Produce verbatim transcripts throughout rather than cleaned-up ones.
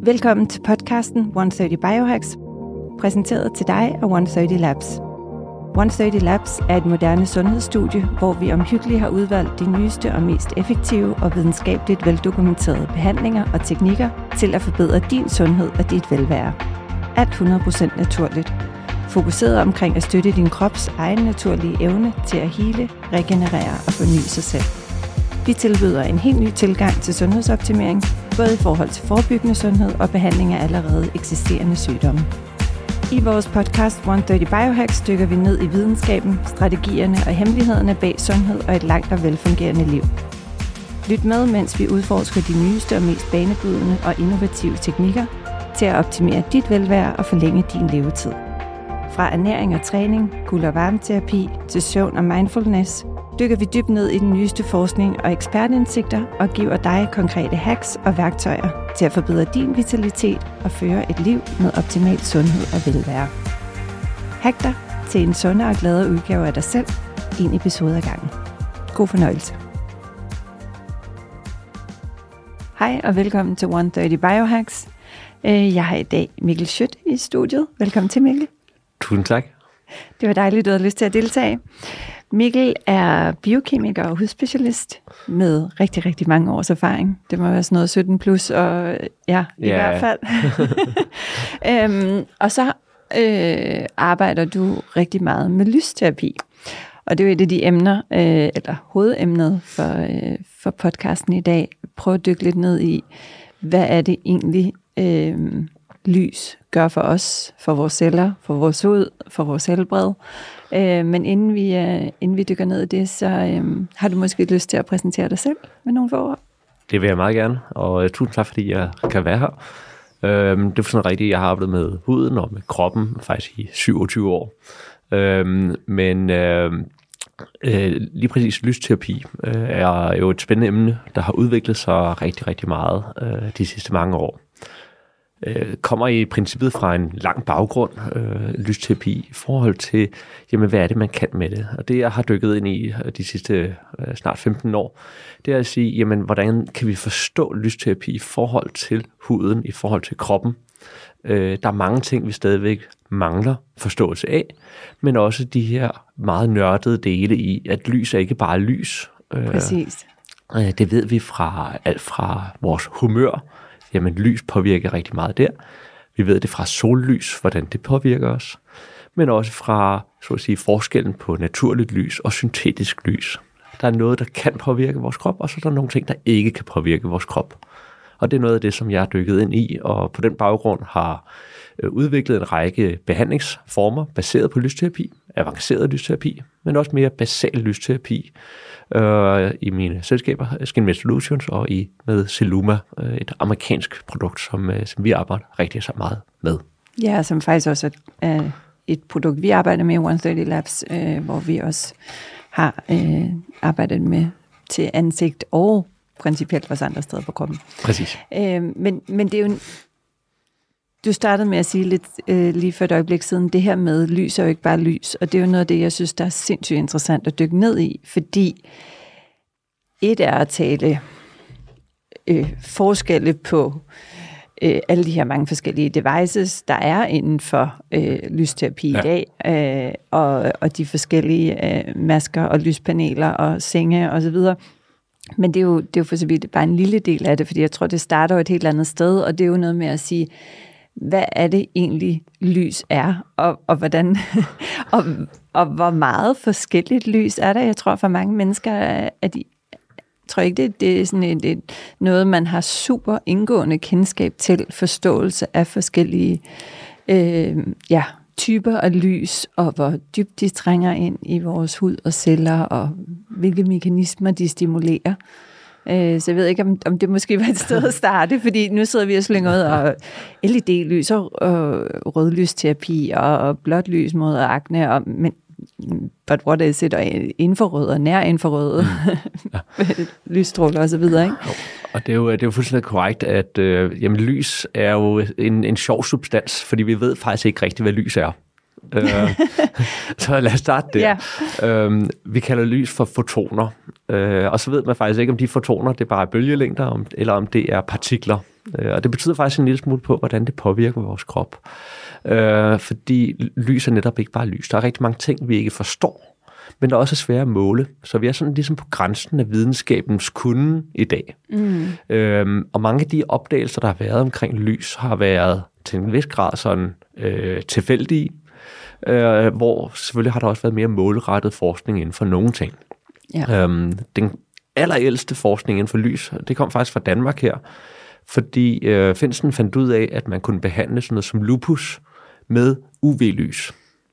Velkommen til podcasten et hundrede og tredive Biohacks, præsenteret til dig af et hundrede og tredive Labs. et hundrede og tredive Labs er et moderne sundhedsstudie, hvor vi omhyggeligt har udvalgt de nyeste og mest effektive og videnskabeligt veldokumenterede behandlinger og teknikker til at forbedre din sundhed og dit velvære. Alt hundrede procent naturligt. Fokuseret omkring at støtte din krops egen naturlige evne til at hele, regenerere og forny sig selv. Vi tilbyder en helt ny tilgang til sundhedsoptimering, både i forhold til forebyggende sundhed og behandling af allerede eksisterende sygdomme. I vores podcast et hundrede og tredive Biohacks dykker vi ned i videnskaben, strategierne og hemmelighederne bag sundhed og et langt og velfungerende liv. Lyt med, mens vi udforsker de nyeste og mest banebrydende og innovative teknikker til at optimere dit velvære og forlænge din levetid. Fra ernæring og træning, kulde- og varmeterapi til søvn og mindfulness, dykker vi dybt ned i den nyeste forskning og ekspertindsigter og giver dig konkrete hacks og værktøjer til at forbedre din vitalitet og føre et liv med optimal sundhed og velvære. Hack dig til en sundere og gladere udgave af dig selv, en episode ad gangen. God fornøjelse. Hej og velkommen til et hundrede og tredive Biohacks. Jeg har i dag Mikkel Schødt i studiet. Velkommen til, Mikkel. Tusind tak. Det var dejligt, du havde lyst til at deltage. Mikkel er biokemiker og hudspecialist med rigtig, rigtig mange års erfaring. Det må være sådan noget sytten plus, og ja, i yeah. hvert fald. øhm, og så øh, arbejder du rigtig meget med lysterapi. Og det er jo et af de emner, øh, eller hovedemnet for, øh, for podcasten i dag. Prøv at dykke lidt ned i, hvad er det egentlig, øh, lys gør for os, for vores celler, for vores hud, for vores helbred. Øh, men inden vi, øh, inden vi dykker ned i det, så øh, har du måske lyst til at præsentere dig selv med nogle få ord? Det vil jeg meget gerne, og uh, tusind tak, fordi jeg kan være her. Uh, det er sådan rigtigt, jeg har arbejdet med huden og med kroppen faktisk i syvogtyve år. Uh, men uh, uh, lige præcis lysterapi uh, er jo et spændende emne, der har udviklet sig rigtig, rigtig meget uh, de sidste mange år. Kommer i princippet fra en lang baggrund, øh, lysterapi, i forhold til, jamen, hvad er det, man kan med det? Og det, jeg har dykket ind i de sidste øh, snart femten år, det er at sige, jamen, hvordan kan vi forstå lysterapi i forhold til huden, i forhold til kroppen? Øh, der er mange ting, vi stadigvæk mangler forståelse af, men også de her meget nørdede dele i, at lys er ikke bare lys. Øh, Præcis. Øh, det ved vi fra alt fra vores humør. Jamen, lys påvirker rigtig meget der. Vi ved det fra sollys, hvordan det påvirker os, men også fra, så at sige, forskellen på naturligt lys og syntetisk lys. Der er noget, der kan påvirke vores krop, og så er der nogle ting, der ikke kan påvirke vores krop. Og det er noget af det, som jeg har dykket ind i, og på den baggrund har udviklet en række behandlingsformer baseret på lysterapi, avanceret lysterapi, men også mere basal lysterapi øh, i mine selskaber, Skin Solutions, og i med Celluma, et amerikansk produkt, som, som vi arbejder rigtig så meget med. Ja, som faktisk også er et produkt, vi arbejder med i et hundrede og tredive Labs, øh, hvor vi også har øh, arbejdet med til ansigt og principielt også andre steder på kroppen. Præcis. Øh, men, men det er jo en Du startede med at sige lidt øh, lige for et øjeblik siden, det her med lys er jo ikke bare lys, og det er jo noget af det, jeg synes, der er sindssygt interessant at dykke ned i, fordi et er at tale øh, forskelle på øh, alle de her mange forskellige devices, der er inden for øh, lysterapi ja. i dag, øh, og, og de forskellige øh, masker og lyspaneler og senge osv., men det er, jo, det er jo for så vidt bare en lille del af det, fordi jeg tror, det starter jo et helt andet sted, og det er jo noget med at sige, hvad er det egentlig lys er, og, og hvordan og, og hvor meget forskelligt lys er der. Jeg tror for mange mennesker, at de, jeg tror ikke, det, det er sådan et, et, noget, man har super indgående kendskab til, forståelse af forskellige øh, ja, typer af lys, og hvor dybt de trænger ind i vores hud og celler, og hvilke mekanismer de stimulerer. Så jeg ved ikke, om, om det måske var et sted at starte, fordi nu sidder vi og slynger ud, og L E D-lys og, og rødlysterapi og, og blåt lys mod akne, og, men but what is it, og infrarød og nær infrarød mm. ja. lysstråler og så videre, ikke? Og det er jo, det er jo fuldstændig korrekt, at øh, jamen, lys er jo en, en sjov substans, fordi vi ved faktisk ikke rigtigt, hvad lys er. øh, så lad os starte der. Ja. Øh, vi kalder lys for fotoner, øh, og så ved man faktisk ikke, om de fotoner det er bare bølgelængder, om, eller om det er partikler. Øh, og det betyder faktisk en lille smule på, hvordan det påvirker vores krop. Øh, fordi lys er netop ikke bare lys. Der er rigtig mange ting, vi ikke forstår, men der er også svære at måle. Så vi er sådan ligesom på grænsen af videnskabens kunde i dag. Mm. Øh, og mange af de opdagelser, der har været omkring lys, har været til en vis grad sådan øh, tilfældige, øh, hvor selvfølgelig har der også været mere målrettet forskning inden for nogle ting. Ja. Øh, den allerældste forskning inden for lys, det kom faktisk fra Danmark her, fordi øh, Finsen fandt ud af, at man kunne behandle sådan noget som lupus med U V-lys.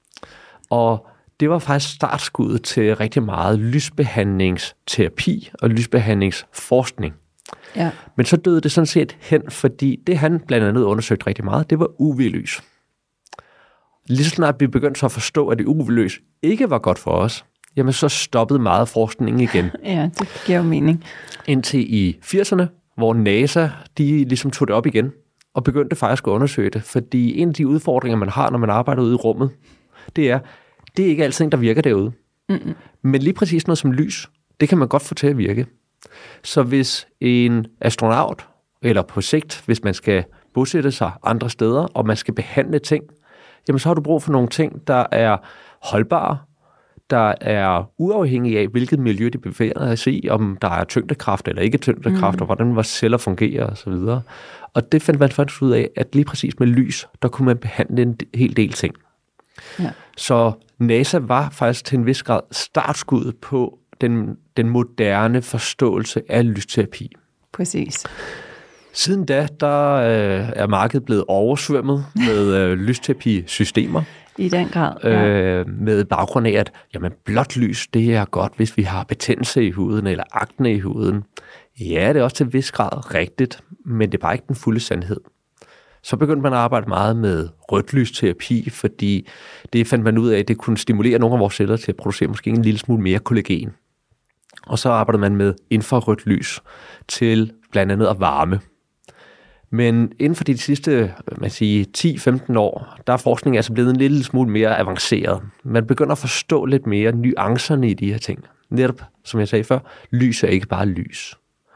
Og det var faktisk startskuddet til rigtig meget lysbehandlingsterapi og lysbehandlingsforskning. Ja. Men så døde det sådan set hen, fordi det han blandt andet undersøgte rigtig meget, det var U V-lys. Lige så snart vi begyndte så at forstå, at det U V-lys ikke var godt for os, jamen så stoppede meget forskningen igen. Ja, det giver jo mening. Indtil i firserne, hvor NASA, de ligesom tog det op igen, og begyndte faktisk at undersøge det, fordi en af de udfordringer, man har, når man arbejder ude i rummet, det er, det er ikke altid, der virker derude. Mm-mm. Men lige præcis noget som lys, det kan man godt få til at virke. Så hvis en astronaut, eller på sigt, hvis man skal bosætte sig andre steder, og man skal behandle ting, jamen så har du brug for nogle ting, der er holdbare, der er uafhængige af, hvilket miljø de befinder sig i, om der er tyngdekraft eller ikke tyngdekraft, mm. og hvordan vores celler fungerer osv. Og, og det fandt man faktisk ud af, at lige præcis med lys, der kunne man behandle en hel del ting. Ja. Så NASA var faktisk til en vis grad startskuddet på den, den moderne forståelse af lysterapi. Præcis. Siden da, der øh, er markedet blevet oversvømmet med øh, lysterapi-systemer. I den grad, ja. øh, Med baggrund af, at jamen, blåt lys, det er godt, hvis vi har betændelse i huden eller akne i huden. Ja, det er også til en vis grad rigtigt, men det er bare ikke den fulde sandhed. Så begyndte man at arbejde meget med rødt lysterapi, fordi det fandt man ud af, at det kunne stimulere nogle af vores celler til at producere måske en lille smule mere kollagen. Og så arbejdede man med infrarødt lys til blandt andet at varme. Men inden for de sidste man siger, ti til femten år, der er forskningen altså blevet en lille smule mere avanceret. Man begynder at forstå lidt mere nuancerne i de her ting. Netop, som jeg sagde før, lys er ikke bare lys.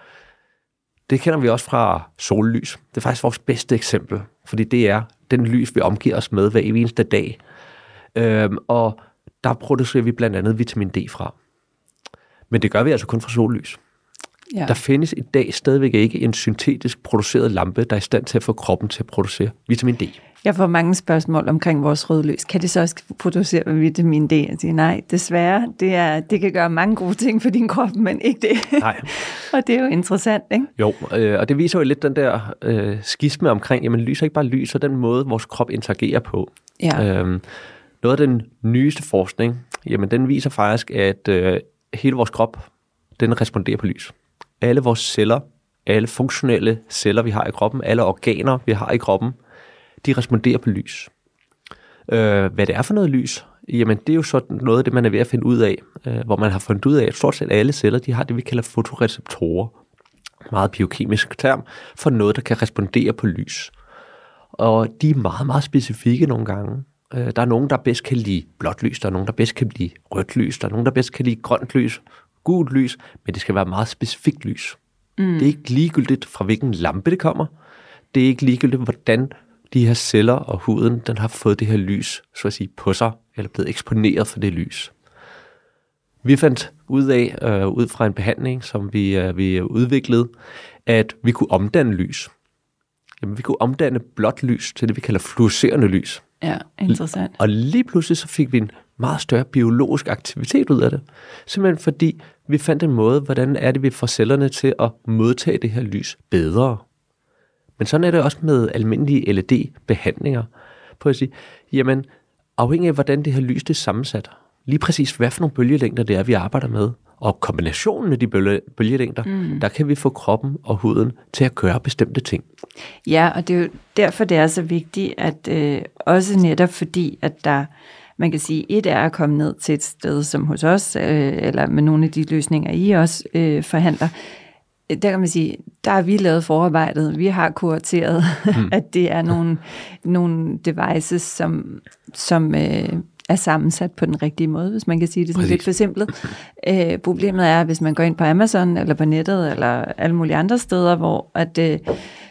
Det kender vi også fra sollys. Det er faktisk vores bedste eksempel, fordi det er den lys, vi omgiver os med hver eneste dag. Øhm, og der producerer vi blandt andet vitamin D fra. Men det gør vi altså kun fra sollys. Ja. Der findes i dag stadigvæk ikke en syntetisk produceret lampe, der er i stand til at få kroppen til at producere vitamin D. Jeg får mange spørgsmål omkring vores rødlys. Kan det så også producere vitamin D? Jeg siger, nej, desværre. Det, er, det kan gøre mange gode ting for din krop, men ikke det. Nej. Og det er jo interessant, ikke? Jo, øh, og det viser jo lidt den der øh, skisme omkring, jamen lys er ikke bare lys, og den måde, vores krop interagerer på. Ja. Øhm, noget af den nyeste forskning, jamen den viser faktisk, at øh, hele vores krop, den responderer på lys. Alle vores celler, alle funktionelle celler, vi har i kroppen, alle organer, vi har i kroppen, de responderer på lys. Øh, hvad det er for noget lys? Jamen, det er jo sådan noget af det, man er ved at finde ud af, øh, hvor man har fundet ud af, at stort set alle celler, de har det, vi kalder fotoreceptorer. Meget biokemisk term for noget, der kan respondere på lys. Og de er meget, meget specifikke nogle gange. Øh, der er nogen, der bedst kan lide blåt lys, der er nogen, der bedst kan lide rødt lys, der er nogen, der bedst kan lide grønt lys, gult lys, men det skal være meget specifikt lys. Mm. Det er ikke ligegyldigt, fra hvilken lampe det kommer. Det er ikke ligegyldigt, hvordan de her celler og huden, den har fået det her lys, så at sige, på sig, eller blevet eksponeret for det lys. Vi fandt ud af, øh, ud fra en behandling, som vi, øh, vi udviklede, at vi kunne omdanne lys. Jamen, vi kunne omdanne blåt lys til det, vi kalder fluorescerende lys. Ja, interessant. Og lige pludselig så fik vi en meget større biologisk aktivitet ud af det. Simpelthen fordi vi fandt en måde, hvordan er det, vi får cellerne til at modtage det her lys bedre. Men sådan er det også med almindelige L E D-behandlinger. På at sige, jamen afhængig af, hvordan det her lys det er sammensat, lige præcis hvad for nogle bølgelængder det er, vi arbejder med, og kombinationen af de bølge, bølgelængder, mm. der kan vi få kroppen og huden til at gøre bestemte ting. Ja, og det er jo derfor, det er så vigtigt, at øh, også netop fordi, at der, man kan sige, et er at komme ned til et sted som hos os, øh, eller med nogle af de løsninger, I også øh, forhandler. Der kan man sige, der har vi lavet forarbejdet, vi har kurateret, mm. at det er nogle, nogle devices, som, som øh, er sammensat på den rigtige måde, hvis man kan sige det sådan lidt forsimplet. Øh, problemet er, hvis man går ind på Amazon, eller på nettet, eller alle mulige andre steder, hvor at, øh,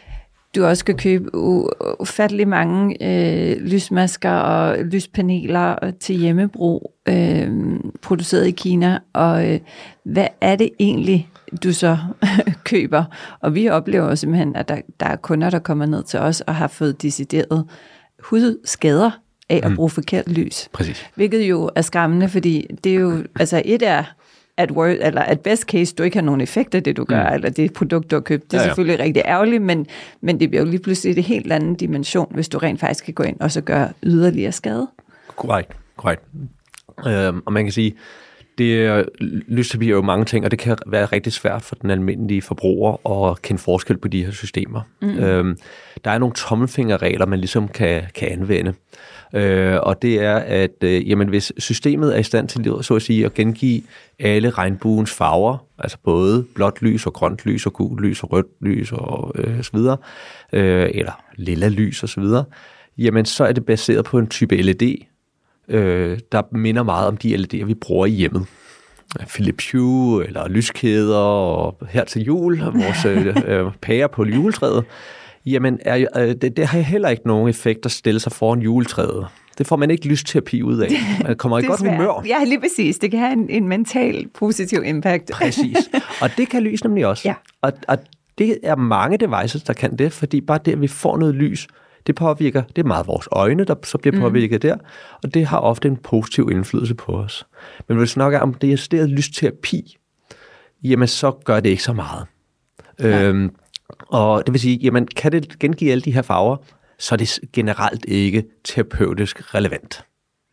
du også kan købe ufattelig mange øh, lysmasker og lyspaneler til hjemmebrug, øh, produceret i Kina, og øh, hvad er det egentlig, du så køber? Og vi oplever simpelthen, at der, der er kunder, der kommer ned til os og har fået decideret hudskader af at bruge forkert lys. Præcis. Hvilket jo er skræmmende, fordi det er jo, altså et er, at, worst, eller at best case, du ikke har nogen effekt af det, du gør, mm. eller det produkt, du har købt. Det er ja, ja. selvfølgelig rigtig ærgerligt, men, men det bliver jo lige pludselig en helt anden dimension, hvis du rent faktisk kan gå ind og så gøre yderligere skade. Korrekt, korrekt. Øhm, og man kan sige, det lysterapi er jo mange ting, og det kan være rigtig svært for den almindelige forbruger at kende forskel på de her systemer. Mm. Øhm, der er nogle tommelfingerregler, man ligesom kan, kan anvende. Øh, og det er, at øh, jamen, hvis systemet er i stand til så at sige, at gengive alle regnbuens farver, altså både blåt lys og grønt lys og gult lys og rødt lys og øh, så videre, øh, eller lilla lys og så videre, jamen så er det baseret på en type L E D, øh, der minder meget om de L E D'er, vi bruger i hjemmet. Philips Hue eller lyskæder og her til jul, vores øh, pærer på juletræet. Jamen, er, øh, det, det har heller ikke nogen effekt at stille sig foran juletræet. Det får man ikke lysterapi ud af. Man kommer i godt humør. Ja, lige præcis. Det kan have en, en mental positiv impact. Præcis. Og det kan lys nemlig også. Ja. Og, og det er mange devices, der kan det, fordi bare det, at vi får noget lys, det påvirker, det er meget vores øjne, der så bliver påvirket mm. der, og det har ofte en positiv indflydelse på os. Men hvis vi snakker om det assisteret lysterapi, jamen så gør det ikke så meget. Ja. Øhm, Og det vil sige, jamen kan det gengive alle de her farver, så er det generelt ikke terapeutisk relevant.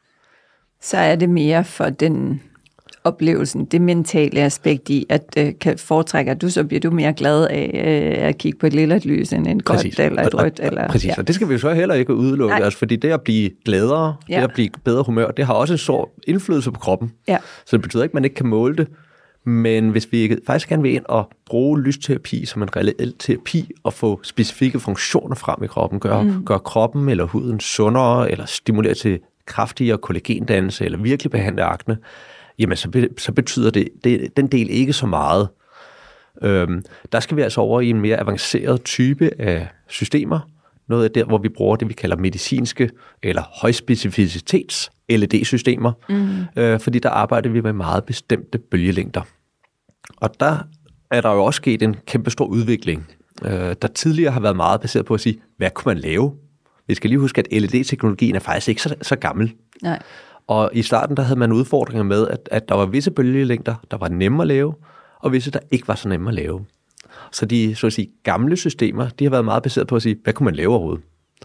Så er det mere for den oplevelsen, det mentale aspekt i, at øh, kan foretrække, at du så bliver du mere glad af øh, at kigge på et lille lys end en grønt eller et rødt. Eller, præcis, ja. Og det skal vi jo så heller ikke udelukke, altså, fordi det at blive gladere, ja. det at blive bedre humør, det har også en stor indflydelse på kroppen. Ja. Så det betyder ikke, at man ikke kan måle det. Men hvis vi faktisk gerne vil ind og bruge lysterapi som en reel terapi og få specifikke funktioner frem i kroppen, gøre, mm. gøre kroppen eller huden sundere, eller stimulere til kraftigere kollagendannelse, eller virkelig behandle akne, jamen så, be, så betyder det, det den del ikke så meget. Øhm, der skal vi altså over i en mere avanceret type af systemer, noget af der, hvor vi bruger det, vi kalder medicinske eller højspecificitets L E D-systemer, mm. øh, fordi der arbejder vi med meget bestemte bølgelængder. Og der er der jo også sket en kæmpe stor udvikling, øh, der tidligere har været meget baseret på at sige, hvad kunne man lave? Vi skal lige huske, at L E D-teknologien er faktisk ikke så, så gammel. Nej. Og i starten der havde man udfordringer med, at, at der var visse bølgelængder, der var nemme at lave, og visse, der ikke var så nemme at lave. Så de så at sige, gamle systemer, de har været meget baseret på at sige, hvad kunne man lave overhovedet?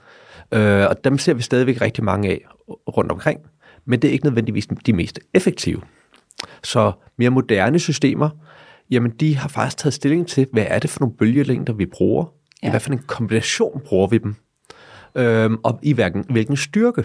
Øh, og dem ser vi stadigvæk rigtig mange af rundt omkring, men det er ikke nødvendigvis de mest effektive. Så mere moderne systemer, jamen de har faktisk taget stilling til, hvad er det for nogle bølgelængder, vi bruger? Ja. Hvad for en kombination bruger vi dem? Øhm, og i hvilken, hvilken styrke?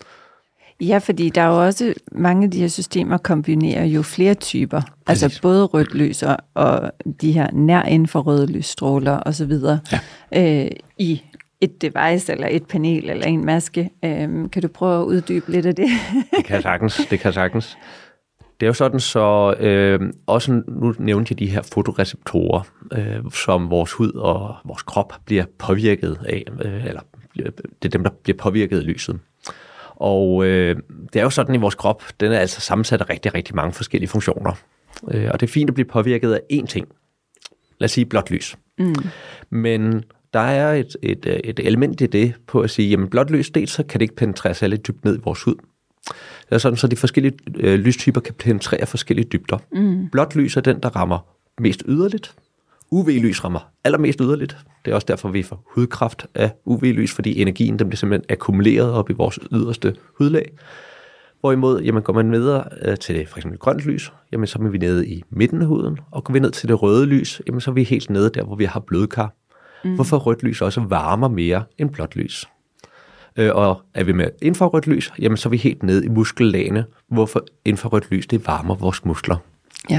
Ja, fordi der er jo også mange af de her systemer kombinerer jo flere typer. Præcis. Altså både rødt lys og, og de her nær infrarøde lysstråler osv. Ja. Øh, i et device eller et panel eller en maske. Øh, kan du prøve at uddybe lidt af det? Det kan jeg sagtens, det kan jeg sagtens. Det er jo sådan, så øh, også nu nævnte jeg de her fotoreceptorer, øh, som vores hud og vores krop bliver påvirket af, øh, eller det er dem, der bliver påvirket af lyset. Og øh, det er jo sådan, i vores krop, den er altså sammensat af rigtig, rigtig mange forskellige funktioner. Øh, og det er fint at blive påvirket af én ting. Lad os sige blåt lys. Mm. Men der er et, et, et element i det på at sige, jamen blåt lys, dels så kan det ikke penetrere særlig dybt ned i vores hud. Det er sådan, så de forskellige øh, lystyper kan penetrere forskellige dybder. Mm. Blåt lys er den, der rammer mest yderligt. U V-lys rammer allermest yderligt. Det er også derfor, vi får hudkræft af U V-lys, fordi energien den bliver simpelthen akkumuleret op i vores yderste hudlag. Hvorimod, jamen, går man videre øh, til for eksempel grønt lys, jamen, så er vi nede i midten af huden, og går vi ned til det røde lys, jamen, så er vi helt nede der, hvor vi har blødkar. Mm. Hvorfor rødt lys også varmer mere end blåt lys. Øh, og er vi med infrarødt lys, jamen, så er vi helt nede i muskellagene, hvorfor infrarødt lys det varmer vores muskler. Ja.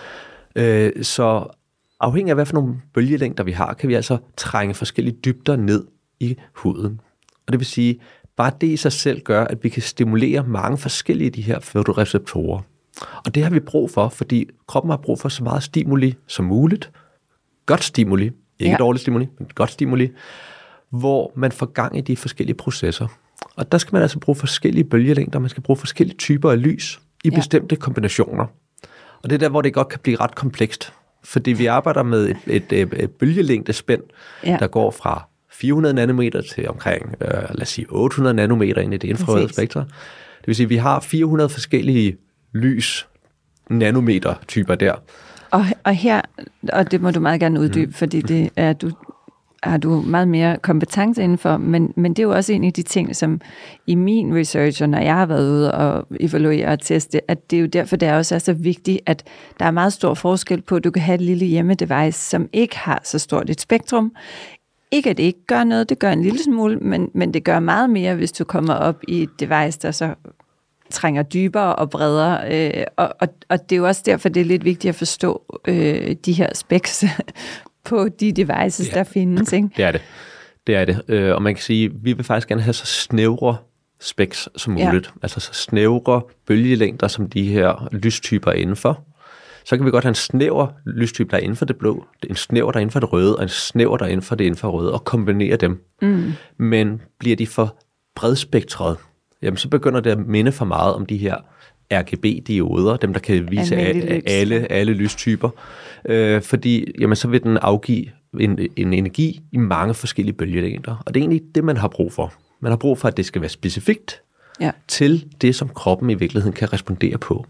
Øh, så afhængig af, hvad for nogle bølgelængder vi har, kan vi altså trænge forskellige dybder ned i huden. Og det vil sige, bare det i sig selv gør, at vi kan stimulere mange forskellige af de her fotoreceptorer. Og det har vi brug for, fordi kroppen har brug for så meget stimuli som muligt. Godt stimuli, Ikke ja. dårligt stimuli, men godt stimuli, hvor man får gang i de forskellige processer. Og der skal man altså bruge forskellige bølgelængder, man skal bruge forskellige typer af lys i ja. bestemte kombinationer. Og det er der, hvor det godt kan blive ret komplekst, fordi vi arbejder med et, et, et, et bølgelængdespænd, ja. der går fra fire hundrede nanometer til omkring, øh, lad os sige, otte hundrede nanometer ind i det infrarøde spektre. Det vil sige, at vi har fire hundrede forskellige lys nanometer-typer der. Og, og her, og det må du meget gerne uddybe, mm. fordi det er du har du meget mere kompetence indenfor, men, men det er jo også en af de ting, som i min research, og når jeg har været ude og evaluere og teste, at det er jo derfor, det er også er så vigtigt, at der er meget stor forskel på, at du kan have et lille hjemmedevice, som ikke har så stort et spektrum. Ikke at det ikke gør noget, det gør en lille smule, men, men det gør meget mere, hvis du kommer op i et device, der så trænger dybere og bredere, øh, og, og, og det er jo også derfor, det er lidt vigtigt at forstå øh, de her specs på de devices, ja. der findes, ikke? Det er det. Det er det. Øh, og man kan sige, vi vil faktisk gerne have så snævre specs som muligt. Ja. Altså så snævre bølgelængder, som de her lystyper er indenfor. Så kan vi godt have en snæver lystype, der er inden for det blå, en snæver, der er inden for det røde, og en snæver, der er inden for det infrarøde, og kombinere dem. Mm. Men bliver de for bredspektrede, jamen så begynder det at minde for meget om de her R G B-dioder, dem der kan vise a- alle, alle lystyper, øh, fordi jamen, så vil den afgive en, en energi i mange forskellige bølgelængder, og det er egentlig det, man har brug for. Man har brug for, at det skal være specifikt ja. til det, som kroppen i virkeligheden kan respondere på.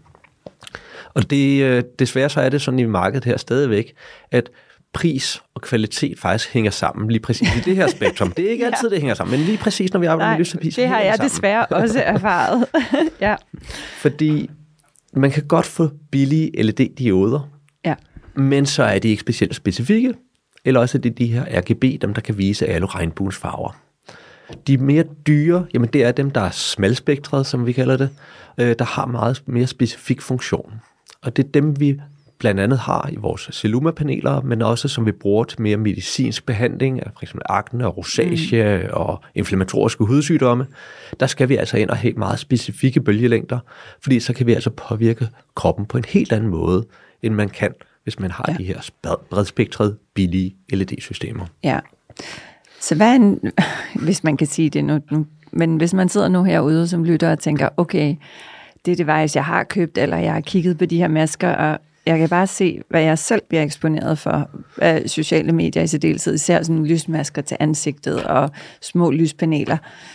Og det, desværre så er det sådan i markedet her stadigvæk, at pris og kvalitet faktisk hænger sammen lige præcis i det her spektrum. Det er ikke altid, ja. det hænger sammen, men lige præcis, når vi arbejder Nej, med lysterapi, det har jeg sammen. desværre også erfaret. ja. Fordi man kan godt få billige L E D-dioder, ja. men så er de ikke specielt specifikke, eller også er det de her R G B, dem der kan vise alle regnbuens farver. De mere dyre, jamen det er dem, der er smalspektrede, som vi kalder det, der har meget mere specifik funktion. Og det er dem, vi blandt andet har i vores Celluma-paneler, men også som vi bruger til mere medicinsk behandling af for eksempel akne og rosacea mm. og inflammatoriske hudsygdomme. Der skal vi altså ind og have meget specifikke bølgelængder, fordi så kan vi altså påvirke kroppen på en helt anden måde, end man kan, hvis man har ja. de her bredspektrede, billige L E D-systemer. Ja, så hvad en, hvis man kan sige det nu, nu, men hvis man sidder nu herude som lytter og tænker, okay, det device, jeg har købt, eller jeg har kigget på de her masker, og jeg kan bare se, hvad jeg selv bliver eksponeret for af sociale medier i særdeleshed, især sådan lysmasker til ansigtet og små lyspaneler,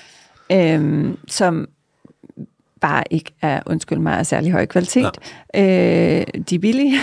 øhm, som bare ikke er, undskyld mig, af særlig høj kvalitet. Øh, de er billige.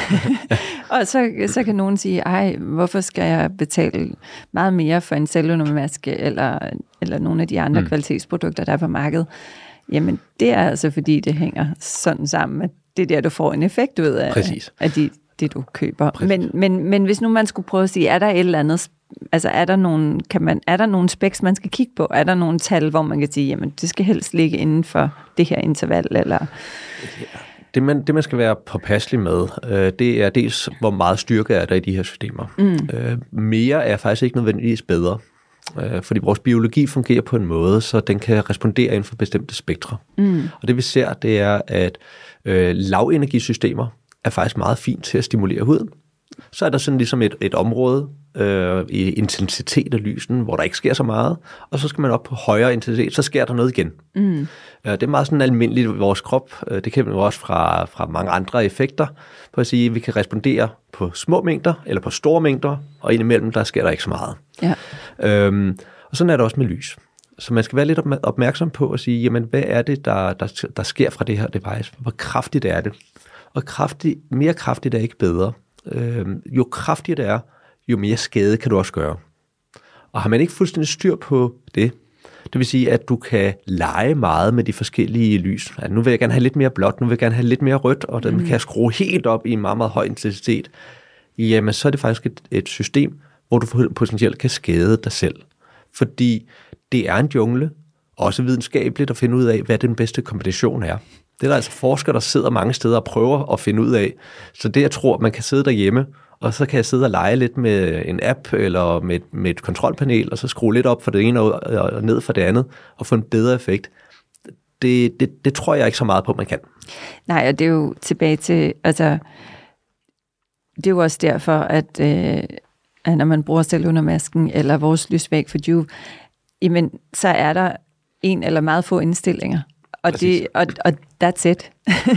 og så, så kan nogen sige, ej, hvorfor skal jeg betale meget mere for en cellularmaske, eller, eller nogle af de andre mm. kvalitetsprodukter, der er på markedet? Jamen, det er altså, fordi det hænger sådan sammen, at det er der, du får en effekt ud af, af de, det, du køber. Men, men, men hvis nu man skulle prøve at sige, er der et eller andet, altså er der nogle, kan man, er der nogle specs, man skal kigge på? Er der nogle tal, hvor man kan sige, jamen, det skal helst ligge inden for det her interval, eller... Ja. Det man, det, man skal være påpasselig med, øh, det er dels, hvor meget styrke er der i de her systemer. Mm. Øh, mere er faktisk ikke nødvendigvis bedre. Fordi vores biologi fungerer på en måde, så den kan respondere inden for bestemte spektre. Mm. Og det vi ser, det er, at øh, lavenergisystemer er faktisk meget fint til at stimulere huden. Så er der sådan ligesom et, et område øh, i intensitet af lysen, hvor der ikke sker så meget, og så skal man op på højere intensitet, så sker der noget igen. Mm. Øh, det er meget sådan almindeligt i vores krop. Det kender vi også fra, fra mange andre effekter, på at sige, at vi kan respondere på små mængder eller på store mængder, og indimellem der sker der ikke så meget. Ja. Øhm, og sådan er det også med lys. Så man skal være lidt opmærksom på at sige, jamen hvad er det, der, der, der sker fra det her device? Hvor kraftigt er det? Og kraftigt, mere kraftigt er ikke bedre. Øhm, jo kraftigere det er, jo mere skade kan du også gøre. Og har man ikke fuldstændig styr på det, det vil sige, at du kan lege meget med de forskellige lys. Altså, nu vil jeg gerne have lidt mere blåt, nu vil jeg gerne have lidt mere rødt, og den mm. kan jeg skrue helt op i en meget, meget høj intensitet. Jamen, så er det faktisk et, et system, hvor du potentielt kan skade dig selv. Fordi det er en jungle, også videnskabeligt, at finde ud af, hvad den bedste kombination er. Det er der altså forskere, der sidder mange steder og prøver at finde ud af. Så det, jeg tror, man kan sidde derhjemme, og så kan jeg sidde og lege lidt med en app eller med, med et kontrolpanel, og så skrue lidt op for det ene og ned for det andet, og få en bedre effekt. Det, det, det tror jeg ikke så meget på, man kan. Nej, og det er jo tilbage til, altså, det er jo også derfor, at, øh, når man bruger cellularmasken eller vores lysvæg for Joovv, jamen, så er der en eller meget få indstillinger. Og, det, og, og that's it.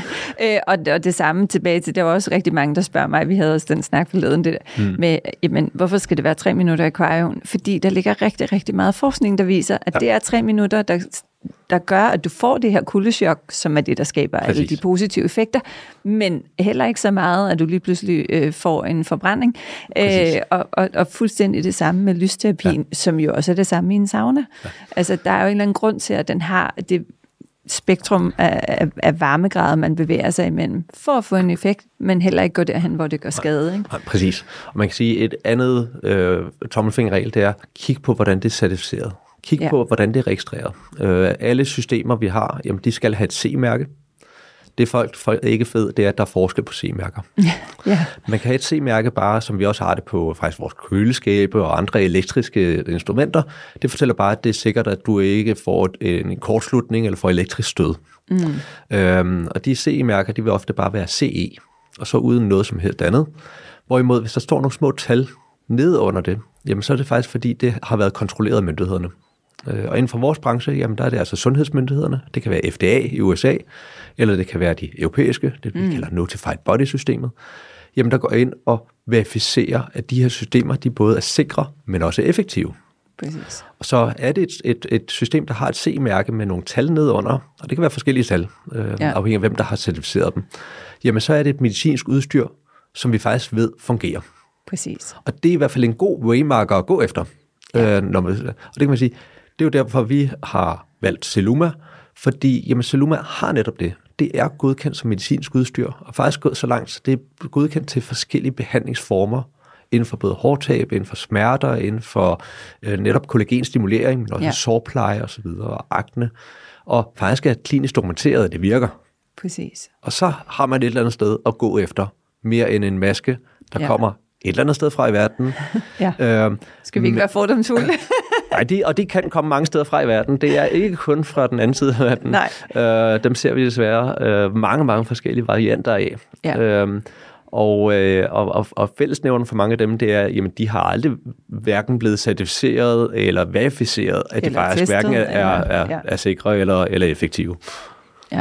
og, og det samme tilbage til, der var også rigtig mange, der spørger mig, vi havde også den snak forleden, det der, mm. med, jamen, hvorfor skal det være tre minutter i akvarium? Fordi der ligger rigtig, rigtig meget forskning, der viser, at ja. det er tre minutter, der, der gør, at du får det her kuldechok, som er det, der skaber Præcis. alle de positive effekter, men heller ikke så meget, at du lige pludselig øh, får en forbrænding. Øh, og, og, og fuldstændig det samme med lysterapien, ja. som jo også er det samme i en sauna. Ja. Altså, der er jo en eller anden grund til, at den har det spektrum af, af, af varmegrader, man bevæger sig imellem, for at få en effekt, men heller ikke gå derhen, hvor det gør skade. Ikke? Nej, præcis. Og man kan sige, et andet øh, tommelfingerregel, det er, kig på, hvordan det er certificeret. Kig ja. på, hvordan det er registreret. Øh, alle systemer, vi har, jamen, de skal have et C-mærke. Det folk, folk ikke ved, det er, at der er forskel på C-mærker. Ja. Man kan have et C-mærke bare, som vi også har det på faktisk vores køleskabe og andre elektriske instrumenter. Det fortæller bare, at det er sikkert, at du ikke får en kortslutning eller får elektrisk stød. Mm. Øhm, og de C-mærker, de vil ofte bare være C E, og så uden noget som helst andet. Hvorimod, hvis der står nogle små tal nede under det, jamen så er det faktisk, fordi det har været kontrolleret af myndighederne. Og inden for vores branche, jamen der er det altså sundhedsmyndighederne. Det kan være F D A i U S A, eller det kan være de europæiske, det vi mm. kalder Notified Body-systemet. Jamen der går ind og verificerer, at de her systemer, de både er sikre, men også effektive. Præcis. Og så er det et, et, et system, der har et C-mærke med nogle tal nedunder, og det kan være forskellige tal, øh, ja. afhængig af hvem, der har certificeret dem. Jamen så er det et medicinsk udstyr, som vi faktisk ved fungerer. Præcis. Og det er i hvert fald en god waymarker at gå efter. Ja. Øh, når man, og det kan man sige, det er jo derfor, vi har valgt Celluma, fordi jamen, Celluma har netop det. Det er godkendt som medicinsk udstyr, og faktisk gået så langt, så det er godkendt til forskellige behandlingsformer, inden for både hårtab, inden for smerter, inden for øh, netop kollagenstimulering, men også ja. sårpleje og så videre, og akne. Og faktisk er klinisk dokumenteret, at det virker. Præcis. Og så har man et eller andet sted at gå efter, mere end en maske, der ja. kommer et eller andet sted fra i verden. ja. øh, Skal vi ikke være fordomsfulde? Nej, de, og de kan komme mange steder fra i verden. Det er ikke kun fra den anden side af verden. Nej. Øh, dem ser vi desværre øh, mange, mange forskellige varianter af. Ja. Øh, og, øh, og, og, og fællesnævneren for mange af dem, det er, jamen de har aldrig hverken blevet certificeret eller verificeret, at eller de faktisk testet, hverken er, er, er, ja. er sikre eller, eller effektive. Ja.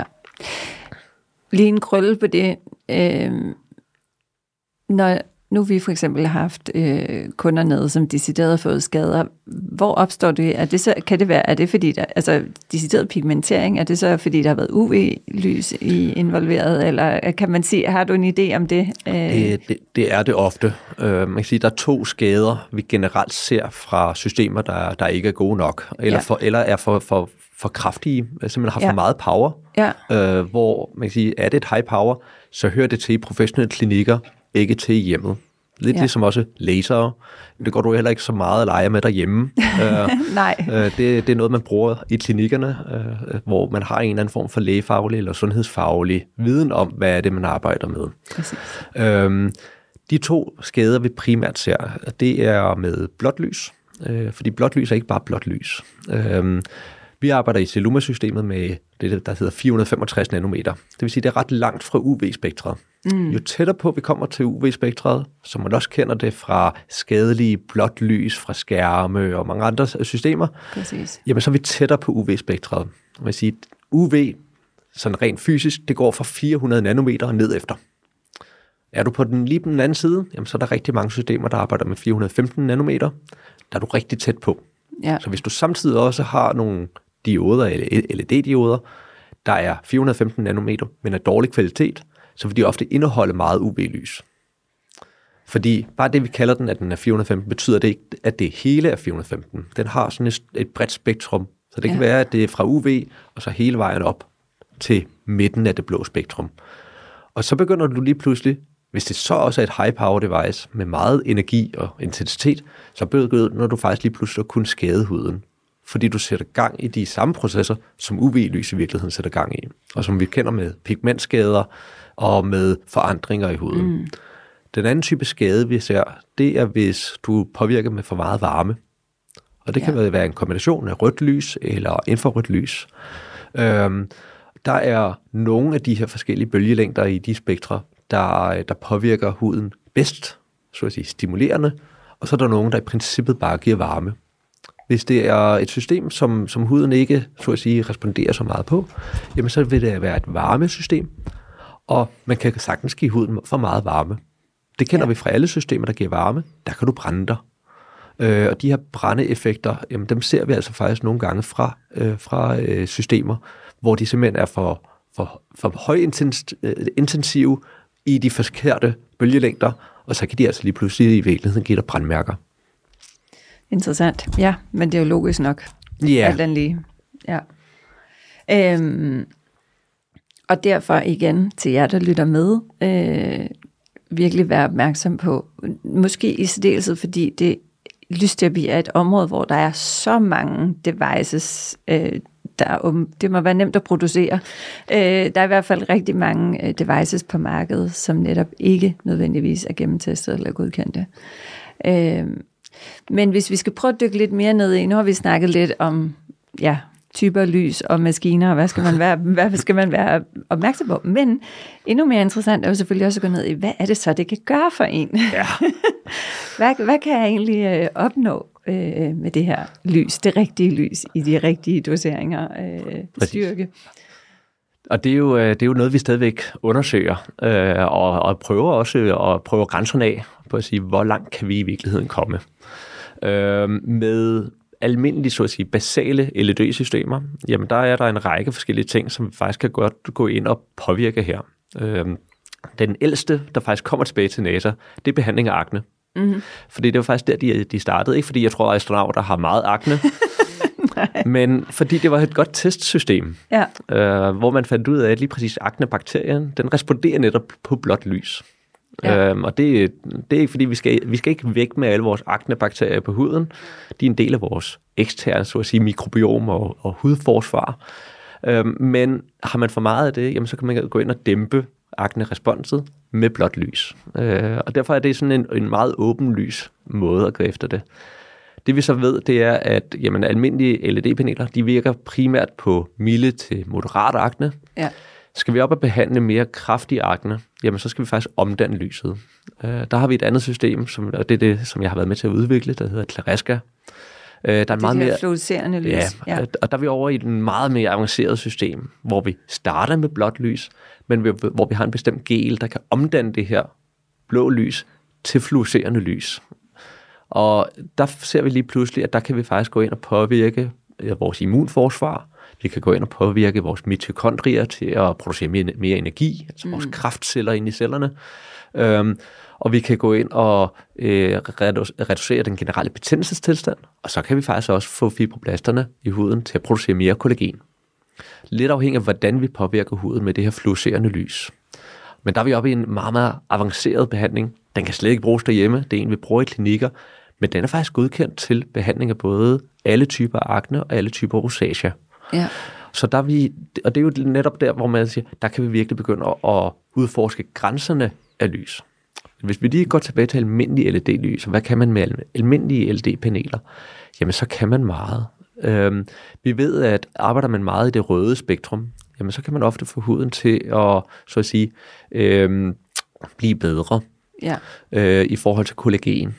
Lige en krølle på det. Øh, når Nu vi for eksempel har haft øh, kunder nede, som decideret har fået skader. Hvor opstår det? Er det så, kan det være, er det fordi, der, altså decideret pigmentering, er det så fordi, der har været U V-lys i involveret, eller kan man sige, har du en idé om det? Øh... Det, det, det er det ofte. Uh, man kan sige, der er to skader, vi generelt ser fra systemer, der, der ikke er gode nok, eller, ja. for, eller er for, for, for kraftige, simpelthen har for ja. meget power, ja. uh, hvor man kan sige, er det et high power, så hører det til i professionelle klinikker, ikke til hjemmet. Lidt ja. ligesom også lasere. Det går du heller ikke så meget at lege med derhjemme. Nej. det, det er noget, man bruger i klinikkerne, hvor man har en eller anden form for lægefaglig eller sundhedsfaglig viden om, hvad er det, man arbejder med. Præcis. Øhm, de to skader, vi primært ser, det er med blåt lys. Fordi blåt lys er ikke bare blåt lys. Øhm, Vi arbejder i Celluma-systemet med det, der hedder fire hundrede og femogtres nanometer. Det vil sige, det er ret langt fra U V-spektret. Mm. Jo tættere på vi kommer til U V-spektret, som man også kender det fra skadelige blåt lys, fra skærme og mange andre systemer, Præcis. Jamen så er vi tættere på U V-spektret. Man vil sige, U V, sådan rent fysisk, det går fra fire hundrede nanometer og ned efter. Er du på den lige på den anden side, jamen så er der rigtig mange systemer, der arbejder med fire hundrede og femten nanometer. Der er du rigtig tæt på. Ja. Så hvis du samtidig også har nogle dioder, L E D-dioder, der er fire hundrede og femten nanometer, men af dårlig kvalitet, så vil de ofte indeholde meget U V-lys. Fordi bare det, vi kalder den, at den er fire hundrede og femten, betyder det ikke, at det hele er fire hundrede og femten. Den har sådan et, et bredt spektrum, så det ja. kan være, at det er fra U V, og så hele vejen op til midten af det blå spektrum. Og så begynder du lige pludselig, hvis det så også er et high-power device med meget energi og intensitet, så begynder du faktisk lige pludselig at kunne skade huden. Fordi du sætter gang i de samme processer, som U V-lys i virkeligheden sætter gang i. Og som vi kender med pigmentskader og med forandringer i huden. Mm. Den anden type skade, vi ser, det er, hvis du påvirker med for meget varme. Og det ja. kan være en kombination af rødt lys eller infrarødt lys. Øhm, der er nogle af de her forskellige bølgelængder i de spektre, der, der påvirker huden bedst, så at sige stimulerende, og så er der nogen, der i princippet bare giver varme. Hvis det er et system, som, som huden ikke, så at sige, responderer så meget på, jamen så vil det være et varmesystem, og man kan sagtens give huden for meget varme. Det kender ja. vi fra alle systemer, der giver varme. Der kan du brænde dig. Øh, og de her brændeeffekter, jamen dem ser vi altså faktisk nogle gange fra, øh, fra øh, systemer, hvor de simpelthen er for, for, for højintensive i de forkerte bølgelængder, og så kan de altså lige pludselig i virkeligheden give dig brandmærker. Interessant. Ja, men det er jo logisk nok. Ja. Alt andet lige. Ja. Øhm, og derfor igen til jer, der lytter med, øh, virkelig være opmærksom på, måske i særdeleshed, fordi det lysterapi er et område, hvor der er så mange devices, øh, der um, det må være nemt at producere. Øh, der er i hvert fald rigtig mange øh, devices på markedet, som netop ikke nødvendigvis er gennemtestet eller godkendte. Øh, men hvis vi skal prøve at dykke lidt mere ned i, nu har vi snakket lidt om ja, typer lys og maskiner, og hvad skal man være, hvad skal man være opmærksom på. Men endnu mere interessant er jo selvfølgelig også at gå ned i, hvad er det så, det kan gøre for en? Ja. hvad, hvad kan jeg egentlig øh, opnå øh, med det her lys, det rigtige lys, i de rigtige doseringer, øh, styrke? Og det er, jo, det er jo noget, vi stadigvæk undersøger, øh, og, og prøver også at prøve grænserne af, på at sige, hvor langt kan vi i virkeligheden komme. Øh, med almindelige, så at sige, basale L E D-systemer, jamen der er der en række forskellige ting, som vi faktisk kan godt gå ind og påvirke her. Øh, den ældste, der faktisk kommer tilbage til NASA, det er behandling af akne. Mm-hmm. Fordi det var faktisk der, de, de startede. Ikke fordi jeg tror, at astronauter har meget akne, men fordi det var et godt testsystem, ja. øh, hvor man fandt ud af, at lige præcis aknebakterien, den responderer netop på blåt lys. Ja. Øhm, og det, det er ikke fordi, vi skal, vi skal ikke væk med alle vores aknebakterier på huden. De er en del af vores eksterne, så at sige, mikrobiom og, og hudforsvar. Øhm, men har man for meget af det, jamen, så kan man gå ind og dæmpe akneresponset med blåt lys. Øh, og derfor er det sådan en, en meget åbenlys måde at gå efter det. Det vi så ved, det er, at jamen, almindelige L E D-paneler, de virker primært på milde til moderat akne. Ja. Skal vi op og behandle mere kraftig akne, jamen så skal vi faktisk omdanne lyset. Uh, der har vi et andet system, som, og det er det, som jeg har været med til at udvikle, der hedder Claresca. Uh, der er det meget er mere fluorescerende lys. Ja, ja, og der er vi over i et meget mere avanceret system, hvor vi starter med blåt lys, men vi, hvor vi har en bestemt gel, der kan omdanne det her blå lys til fluorescerende lys. Og der ser vi lige pludselig, at der kan vi faktisk gå ind og påvirke vores immunforsvar. Vi kan gå ind og påvirke vores mitokondrier til at producere mere, mere energi, altså vores mm. kraftceller ind i cellerne. Øhm, og vi kan gå ind og øh, reducere den generelle betændelsestilstand, og så kan vi faktisk også få fibroblasterne i huden til at producere mere kollagen. Lidt afhængig af, hvordan vi påvirker huden med det her fluorescerende lys. Men der er vi oppe i en meget, meget avanceret behandling. Den kan slet ikke bruges derhjemme. Det er en, vi bruger i klinikker. Men den er faktisk godkendt til behandling af både alle typer akne og alle typer rosacea. Ja. Så der er vi, og det er jo netop der, hvor man siger, der kan vi virkelig begynde at udforske grænserne af lys. Hvis vi lige går tilbage til almindelige L E D-lys, hvad kan man med almindelige L E D-paneler? Jamen, så kan man meget. Øhm, vi ved, at arbejder man meget i det røde spektrum, jamen, så kan man ofte få huden til at, så at sige, øhm, blive bedre ja. øh, i forhold til kollagen.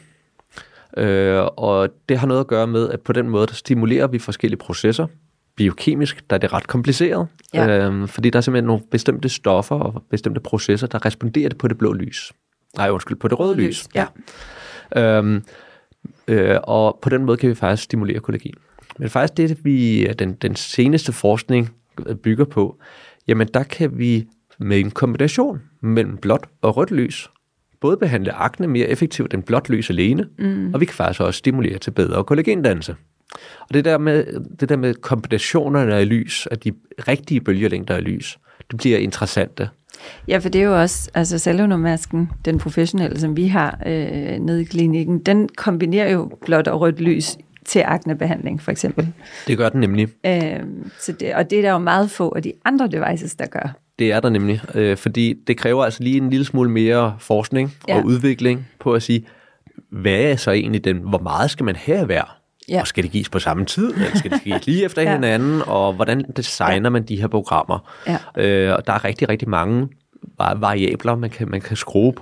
Øh, og det har noget at gøre med, at på den måde, der stimulerer vi forskellige processer. Biokemisk, der er det ret kompliceret, ja. øhm, fordi der er simpelthen nogle bestemte stoffer og bestemte processer, der responderer på det blå lys. Nej, undskyld, på det røde lys. lys. Ja. Øhm, øh, og på den måde kan vi faktisk stimulere kollagen. Men faktisk det, vi den, den seneste forskning bygger på, jamen der kan vi med en kombination mellem blåt og rødt lys både behandle akne mere effektivt end blåt lys alene, mm. og vi kan faktisk også stimulere til bedre kollagendannelse. Og det der med, det der med kombinationerne af lys, af de rigtige bølgelængder af lys, det bliver interessante. Ja, for det er jo også, altså cellulomasken, den professionelle, som vi har øh, nede i klinikken, den kombinerer jo blåt og rødt lys til aknebehandling, for eksempel. Det gør den nemlig. Øh, så det, og det er der jo meget få af de andre devices, der gør. Det er der nemlig, øh, fordi det kræver altså lige en lille smule mere forskning ja. og udvikling på at sige, hvad er så egentlig den, hvor meget skal man have hver? Ja. Og skal det gives på samme tid, eller skal det gives lige efter ja. hinanden, og hvordan designer ja. man de her programmer? Ja. Øh, og der er rigtig, rigtig mange variabler, man kan, man kan skrue på.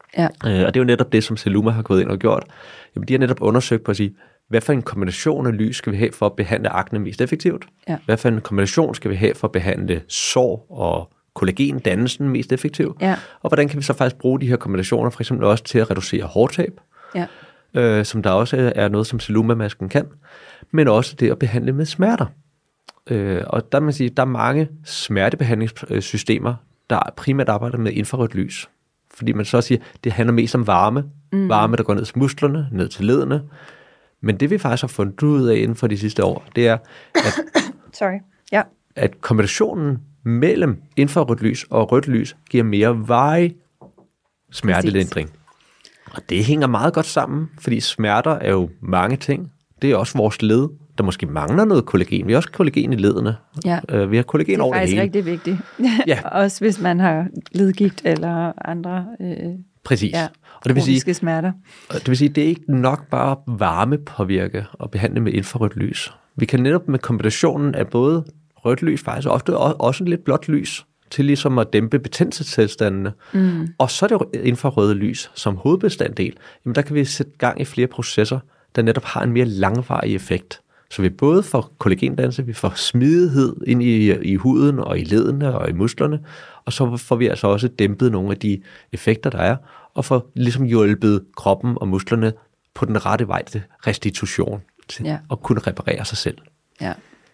Ja. Øh, og det er jo netop det, som Celluma har gået ind og gjort. Jamen, de har netop undersøgt på at sige, hvad for en kombination af lys skal vi have for at behandle akne mest effektivt? Ja. Hvad for en kombination skal vi have for at behandle sår og kollagendannelsen mest effektivt? Ja. Og hvordan kan vi så faktisk bruge de her kombinationer for eksempel også til at reducere hårtab, Ja. øh, som der også er noget, som Celluma-masken kan, men også det at behandle med smerter. Øh, og der, man sige, der er mange smertebehandlingssystemer, der primært arbejder med infrarødt lys. Fordi man så siger, det handler mest om varme. Mm. Varme, der går ned til musklerne, ned til ledene. Men det vi faktisk har fundet ud af inden for de sidste år, det er, at, Sorry. Ja. at kombinationen mellem infrarødt lys og rødt lys giver mere varig smertelindring. Og det hænger meget godt sammen, fordi smerter er jo mange ting. Det er også vores led, der måske mangler noget kollagen. Vi har også kollagen i ledene. Ja. Uh, vi har kollagen over det hele. Det er faktisk rigtig vigtigt. Ja. Også hvis man har ledgigt eller andre øh, Præcis. Ja, og det vil sige, smerter. det vil sige, det er ikke nok bare varme påvirke og behandle med infrarødt lys. Vi kan netop med kombinationen af både rødt lys, faktisk ofte også lidt blåt lys, til ligesom at dæmpe betændelsestilstandene. Mm. Og så er det infrarøde lys som hovedbestanddel. Jamen der kan vi sætte gang i flere processer, der netop har en mere langvarig effekt. Så vi både får kollagendannelse, vi får smidighed ind i, i huden og i ledene og i musklerne, og så får vi altså også dæmpet nogle af de effekter, der er, og får ligesom hjulpet kroppen og musklerne på den rette vej til restitution, til ja. at kunne reparere sig selv. Ja.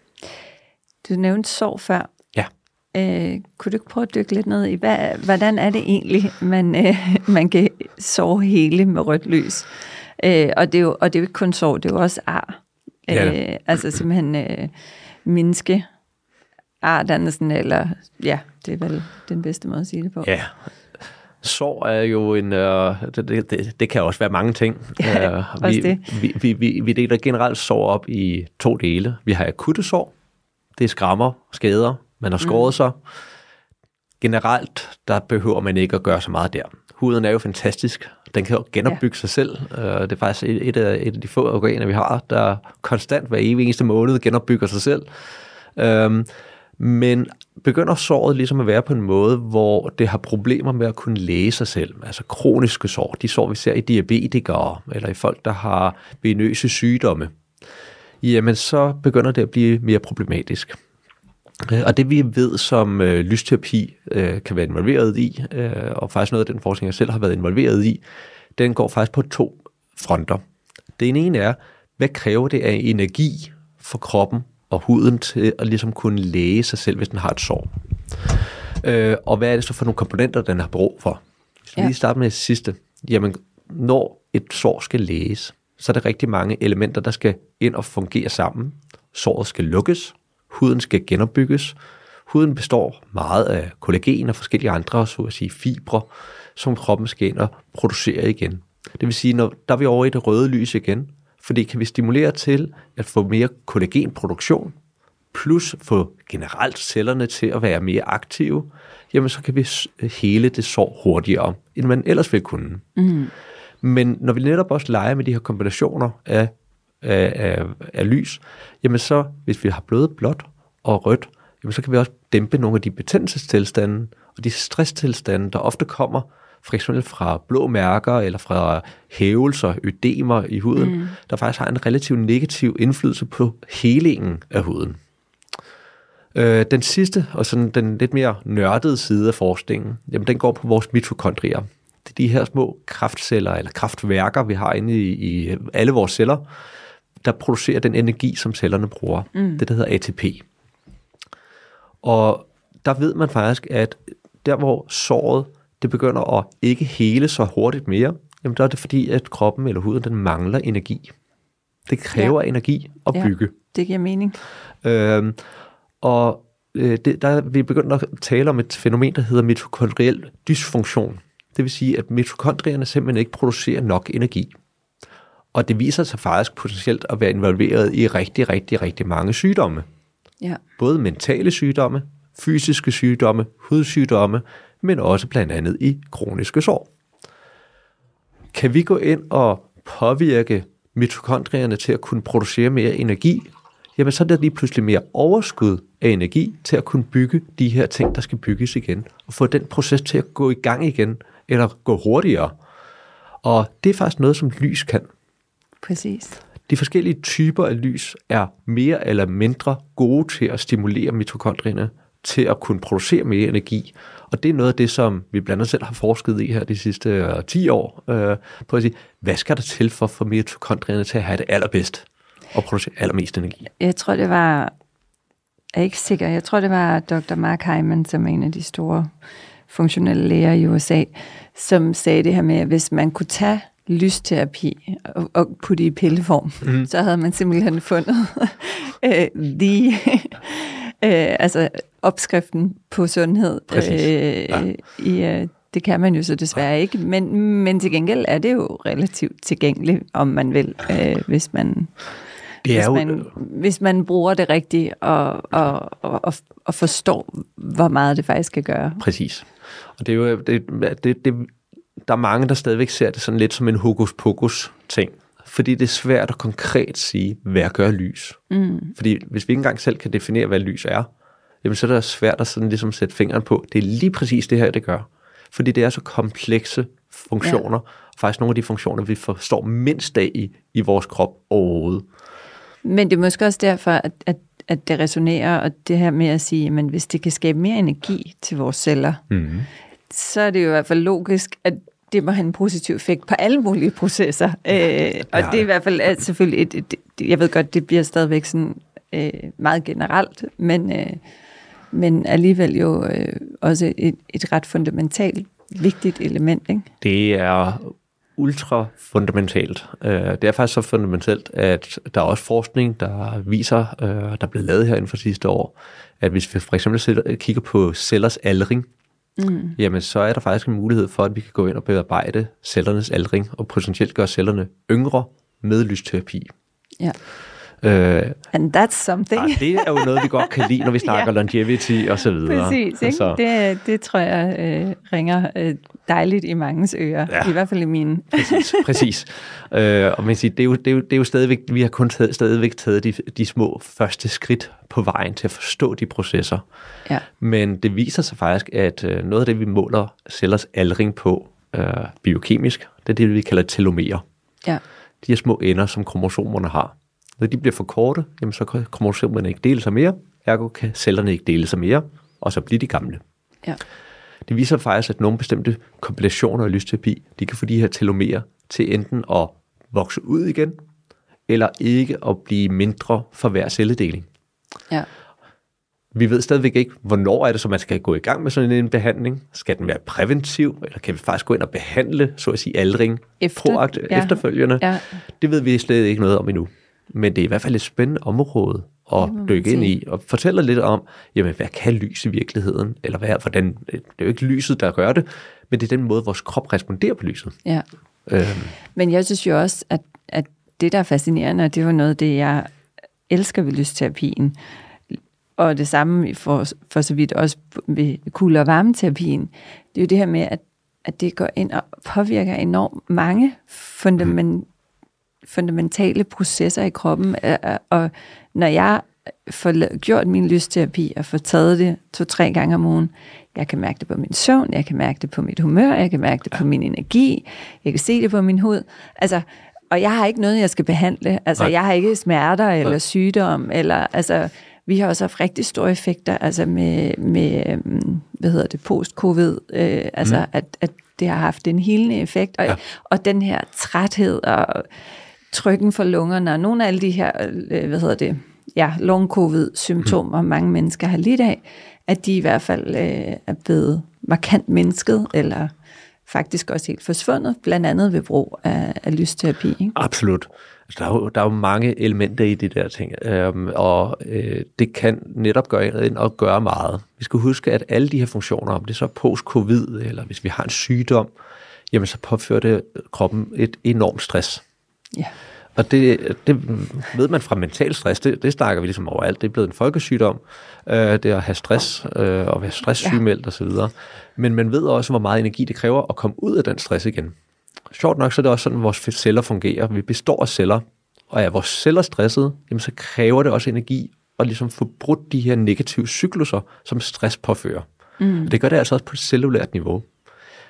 Du nævnte sår før. Ja. Øh, kunne du ikke prøve at dykke lidt ned i, hvad, hvordan er det egentlig, man, øh, man kan sår hele med rødt lys? Øh, og, det er jo, og det er jo ikke kun sår, det er jo også ar. Ja. Øh, altså simpelthen øh, mindske ardannelsen, eller ja, det er vel den bedste måde at sige det på. Ja, sår er jo en, øh, det, det, det kan også være mange ting. Ja, uh, også vi, det. Vi, vi, vi, vi deler generelt sår op i to dele. Vi har akutte sår, det er skrammer, skader, man har skåret mm. sig. Generelt, der behøver man ikke at gøre så meget der. Huden er jo fantastisk. Den kan jo genopbygge ja. sig selv. Det er faktisk et af, et af de få organer, vi har, der konstant hver evig eneste måned genopbygger sig selv. Men begynder såret ligesom at være på en måde, hvor det har problemer med at kunne læge sig selv. Altså kroniske sår. De sår, vi ser i diabetikere, eller i folk, der har venøse sygdomme. Jamen, så begynder det at blive mere problematisk. Og det vi ved, som øh, lysterapi øh, kan være involveret i, øh, og faktisk noget af den forskning, jeg selv har været involveret i, den går faktisk på to fronter. Den ene er, hvad kræver det af energi for kroppen og huden til at ligesom kunne læge sig selv, hvis den har et sår? Øh, og hvad er det så for nogle komponenter, den har brug for? Hvis vi ja. lige starter med det sidste. Jamen, når et sår skal læges, så er der rigtig mange elementer, der skal ind og fungere sammen. Såret skal lukkes. Huden skal genopbygges. Huden består meget af kollagen og forskellige andre, så at sige, fibre, som kroppen skal ind og producere igen. Det vil sige, når der er vi over i det røde lys igen, fordi kan vi stimulere til at få mere kollagenproduktion, plus få generelt cellerne til at være mere aktive, jamen så kan vi hele det sår hurtigere, end man ellers ville kunne. Mm. Men når vi netop også leger med de her kombinationer af Af, af, af lys, jamen så, hvis vi har både blåt og rødt, jamen så kan vi også dæmpe nogle af de betændelsestilstande og de stresstilstande, der ofte kommer for eksempel fra blå mærker eller fra hævelser, ødemer i huden, mm. der faktisk har en relativt negativ indflydelse på helingen af huden. Øh, den sidste, og sådan den lidt mere nørdede side af forskningen, jamen den går på vores mitokondrier. Det er de her små kraftceller eller kraftværker, vi har inde i, i alle vores celler, der producerer den energi, som cellerne bruger. Mm. Det, der hedder A T P. Og der ved man faktisk, at der, hvor såret det begynder at ikke hele så hurtigt mere, jamen der er det fordi, at kroppen eller huden, den mangler energi. Det kræver ja. energi at bygge. Ja, det giver mening. Øhm, og øh, det, der er vi begyndt at tale om et fænomen, der hedder mitokondriel dysfunktion. Det vil sige, at mitokondrierne simpelthen ikke producerer nok energi. Og det viser sig faktisk potentielt at være involveret i rigtig, rigtig, rigtig mange sygdomme. Ja. Både mentale sygdomme, fysiske sygdomme, hudsygdomme, men også blandt andet i kroniske sår. Kan vi gå ind og påvirke mitokondrierne til at kunne producere mere energi, jamen så er der lige pludselig mere overskud af energi til at kunne bygge de her ting, der skal bygges igen, og få den proces til at gå i gang igen, eller gå hurtigere. Og det er faktisk noget, som lys kan. Præcis. De forskellige typer af lys er mere eller mindre gode til at stimulere mitokondrierne til at kunne producere mere energi. Og det er noget af det, som vi blandt andet selv har forsket i her de sidste øh, ti år, øh, på at sige, hvad skal der til for at få mitokondrierne til at have det allerbedst og producere allermest energi? Jeg tror, det var, jeg er ikke sikker, jeg tror, det var doktor Mark Hyman, som er en af de store funktionelle læger i U S A, som sagde det her med, at hvis man kunne tage lysterapi og, og putte i pilleform, mm. så havde man simpelthen fundet øh, de, øh, altså opskriften på sundhed. Øh, ja. i, øh, det kan man jo så desværre ikke, men, men til gengæld er det jo relativt tilgængeligt, om man vil, øh, hvis man... Det er hvis, man, jo... hvis man bruger det rigtigt og, og, og, og forstår, hvor meget det faktisk kan gøre. Præcis. Og det er jo... Det, det, det, der er mange, der stadigvæk ser det sådan lidt som en hokus-pokus ting. Fordi det er svært at konkret sige, hvad gør lys? Mm. Fordi hvis vi ikke engang selv kan definere, hvad lys er, jamen så er det svært at sådan ligesom sætte fingeren på. Det er lige præcis det her, det gør. Fordi det er så komplekse funktioner. Ja. Faktisk nogle af de funktioner, vi forstår mindst af i, i vores krop overhovedet. Men det er måske også derfor, at, at, at det resonerer, og det her med at sige, at hvis det kan skabe mere energi til vores celler, mm. så er det jo i hvert fald logisk, at det må have en positiv effekt på alle mulige processer. Øh, og det er i hvert fald at selvfølgelig, et, et, et, jeg ved godt, det bliver stadigvæk sådan øh, meget generelt, men, øh, men alligevel jo øh, også et, et ret fundamentalt, vigtigt element, ikke? Det er ultra fundamentalt. Det er faktisk så fundamentalt, at der er også forskning, der viser, der er blevet lavet her inden for sidste år, at hvis vi for eksempel kigger på cellers aldring, mm. jamen så er der faktisk en mulighed for, at vi kan gå ind og bearbejde cellernes aldring og potentielt gøre cellerne yngre med lysterapi. Ja. Uh, And that's something. Ah, det er jo noget, vi godt kan lide, når vi snakker yeah. longevity og så videre. Præcis, ikke? Så. Det, det tror jeg øh, ringer øh, dejligt i mangens ører. Ja. I hvert fald i mine. Præcis, præcis. Øh, og man siger, det, er jo, det, er jo, det er jo stadigvæk, vi har kun taget, stadigvæk taget de, de små første skridt på vejen til at forstå de processer. Ja. Men det viser sig faktisk, at øh, noget af det, vi måler cellers aldring på øh, biokemisk, det er det, vi kalder telomerer. Ja. De her små ender, som kromosomerne har. Når de bliver for korte, jamen så kan kromosomerne ikke dele sig mere, ergo kan cellerne ikke dele sig mere, og så bliver de gamle. Ja. Det viser faktisk, at nogle bestemte kombinationer af lysterapi, de kan få de her telomerer til enten at vokse ud igen, eller ikke at blive mindre for hver celledeling. Ja. Vi ved stadigvæk ikke, hvornår er det, så man skal gå i gang med sådan en behandling. Skal den være præventiv, eller kan vi faktisk gå ind og behandle, så at sige, aldring Efter, proakt, ja. efterfølgende? Ja. Det ved vi slet ikke noget om endnu. Men det er i hvert fald et spændende område at dykke ind i, og fortælle lidt om, jamen, hvad kan lys i virkeligheden? Eller hvad, hvordan, det er jo ikke lyset, der gør det, men det er den måde, vores krop responderer på lyset. Ja. Øhm. Men jeg synes jo også, at, at det, der er fascinerende, og det var noget af det, jeg elsker ved lystterapien, og det samme for, for så vidt også ved kulde- og varmeterapien, det er jo det her med, at, at det går ind og påvirker enormt mange fundament, mm. fundamentale processer i kroppen, og når jeg får gjort min lysterapi og får taget det to-tre gange om ugen, jeg kan mærke det på min søvn, jeg kan mærke det på mit humør, jeg kan mærke det på min energi, jeg kan se det på min hud, altså, og jeg har ikke noget, jeg skal behandle, altså, Nej. jeg har ikke smerter eller Nej. sygdom, eller, altså, vi har også haft rigtig store effekter, altså med, med hvad hedder det, post-covid, øh, altså, mm. at, at det har haft en helende effekt, og, ja. og den her træthed og trykken for lungerne, og nogle af alle de her, hvad hedder det, ja, long-covid-symptomer, mm. mange mennesker har lidt af, at de i hvert fald øh, er blevet markant mindsket, eller faktisk også helt forsvundet, blandt andet ved brug af, af lysterapi. Ikke? Absolut. Altså, der, er jo, der er jo mange elementer i de der ting, øhm, og øh, det kan netop gøre ind og gøre meget. Vi skal huske, at alle de her funktioner, om det så er post-covid, eller hvis vi har en sygdom, jamen så påfører det kroppen et enormt stress. Ja. Og det, det ved man fra mental stress, det, det snakker vi ligesom overalt. Det er blevet en folkesygdom, øh, det at have stress øh, og være stresssygemeldt osv. Men man ved også, hvor meget energi det kræver at komme ud af den stress igen. Sjovt nok, så er det også sådan, at vores celler fungerer. Vi består af celler, og er vores celler stressede, jamen så kræver det også energi at ligesom få brudt de her negative cykluser, som stress påfører. Mm. Og det gør det altså også på et cellulært niveau.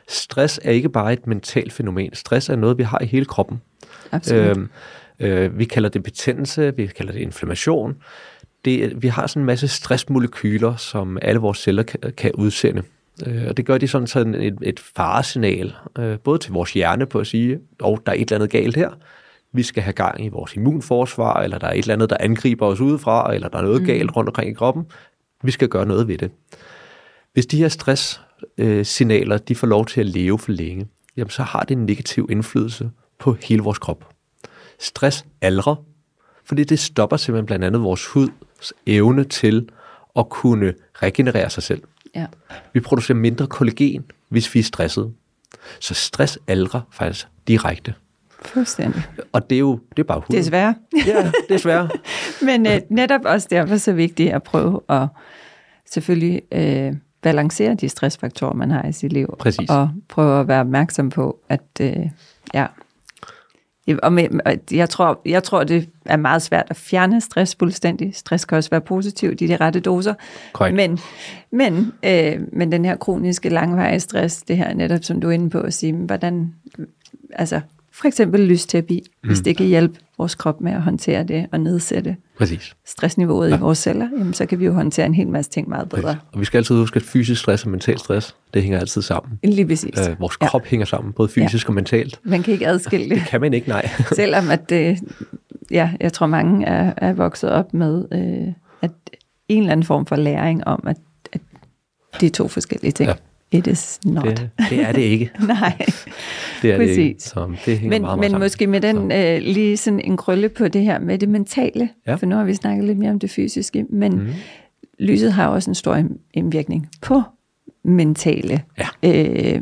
stress er ikke bare et mentalt fænomen. Stress er noget, vi har i hele kroppen. Absolut. Øhm, øh, vi kalder det betændelse, vi kalder det inflammation. Det, vi har sådan en masse stressmolekyler, som alle vores celler kan, kan udsende. Øh, og det gør de sådan, sådan et, et faresignal, øh, både til vores hjerne på at sige, at oh, der er et eller andet galt her. Vi skal have gang i vores immunforsvar, eller der er et eller andet, der angriber os udefra, eller der er noget mm. galt rundt omkring i kroppen. Vi skal gøre noget ved det. Hvis de her stresssignaler, de får lov til at leve for længe, jamen så har det en negativ indflydelse på hele vores krop. Stress aldrer, fordi det stopper simpelthen blandt andet vores huds evne til at kunne regenerere sig selv. Ja. Vi producerer mindre kollagen, hvis vi er stressede. Så stress aldrer faktisk direkte. Fuldstændig. Og det er jo det er bare huden. Desværre. Ja, desværre. Men øh, netop også derfor så vigtigt at prøve at selvfølgelig øh, balancere de stressfaktorer, man har i sit liv. Præcis. Og prøve at være opmærksom på, at øh, ja... Og med, jeg, tror, jeg tror, det er meget svært at fjerne stress fuldstændig. Stress kan også være positivt i de rette doser. Correct. Men, men, øh, men den her kroniske, langvarige stress, det her netop, som du er inde på at sige, hvordan, altså for eksempel lysterapi, mm. hvis det kan hjælpe vores krop med at håndtere det og nedsætte Præcis. stressniveauet ja. i vores celler, jamen, så kan vi jo håndtere en hel masse ting meget bedre. Præcis. Og vi skal altid huske, at fysisk stress og mental stress, det hænger altid sammen. Lige præcis. Øh, vores krop ja. hænger sammen, både fysisk ja. og mentalt. Man kan ikke adskille det. Det kan man ikke, nej. Selvom at det, ja, jeg tror mange er, er vokset op med, øh, at en eller anden form for læring om, at, at det er to forskellige ting. Ja. It is not. Det, det er det ikke. Nej, det er præcis. Det ikke. Så det hænger men, meget, meget men sammen. måske med den øh, lige sådan en krølle på det her med det mentale, ja. for nu har vi snakket lidt mere om det fysiske, men mm. lyset har også en stor indvirkning på mentale ja. øh,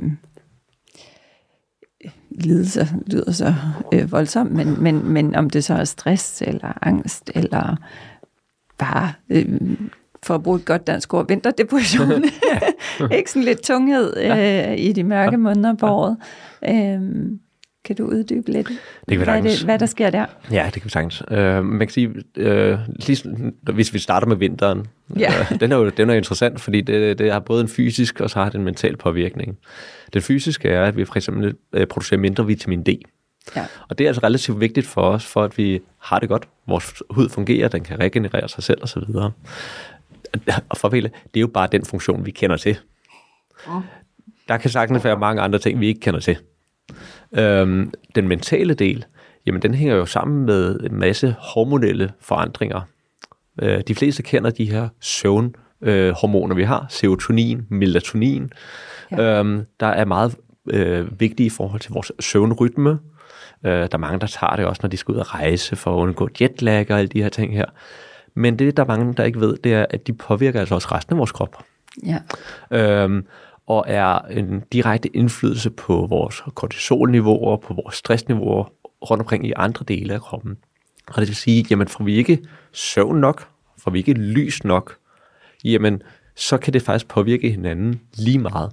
lidelser, lyder så øh, voldsomt, men, men, men om det så er stress eller angst eller bare... Øh, for at bruge et godt dansk ord, vinterdepression. Ja. Ikke sådan lidt tunghed øh, ja. i de mørke måneder på året. Øhm, kan du uddybe lidt, det hvad, det, hvad der sker der? Ja, det kan vi sagtens. Øh, man kan sige, øh, lige, hvis vi starter med vinteren, ja. øh, den, er jo, den er interessant, fordi det, det har både en fysisk og så har det en mental påvirkning. Den fysiske er, at vi for eksempel øh, producerer mindre vitamin D. Ja. Og det er altså relativt vigtigt for os, for at vi har det godt. Vores hud fungerer, den kan regenerere sig selv osv. Og for det er jo bare den funktion, vi kender til. Ja. Der kan sagtens være mange andre ting, vi ikke kender til. Øhm, den mentale del, jamen den hænger jo sammen med en masse hormonelle forandringer. Øh, de fleste kender de her søvnhormoner, øh, vi har. Serotonin, melatonin. Ja. Øhm, der er meget øh, vigtige i forhold til vores søvnrytme. Øh, der er mange, der tager det også, når de skal ud og rejse for at undgå jetlag og alle de her ting her. Men det, der er mange, der ikke ved, det er, at de påvirker altså også resten af vores krop. Ja. Øhm, og er en direkte indflydelse på vores kortisolniveauer, på vores stressniveauer rundt omkring i andre dele af kroppen. Og det vil sige, jamen får vi ikke søvn nok, får vi ikke lys nok, jamen så kan det faktisk påvirke hinanden lige meget.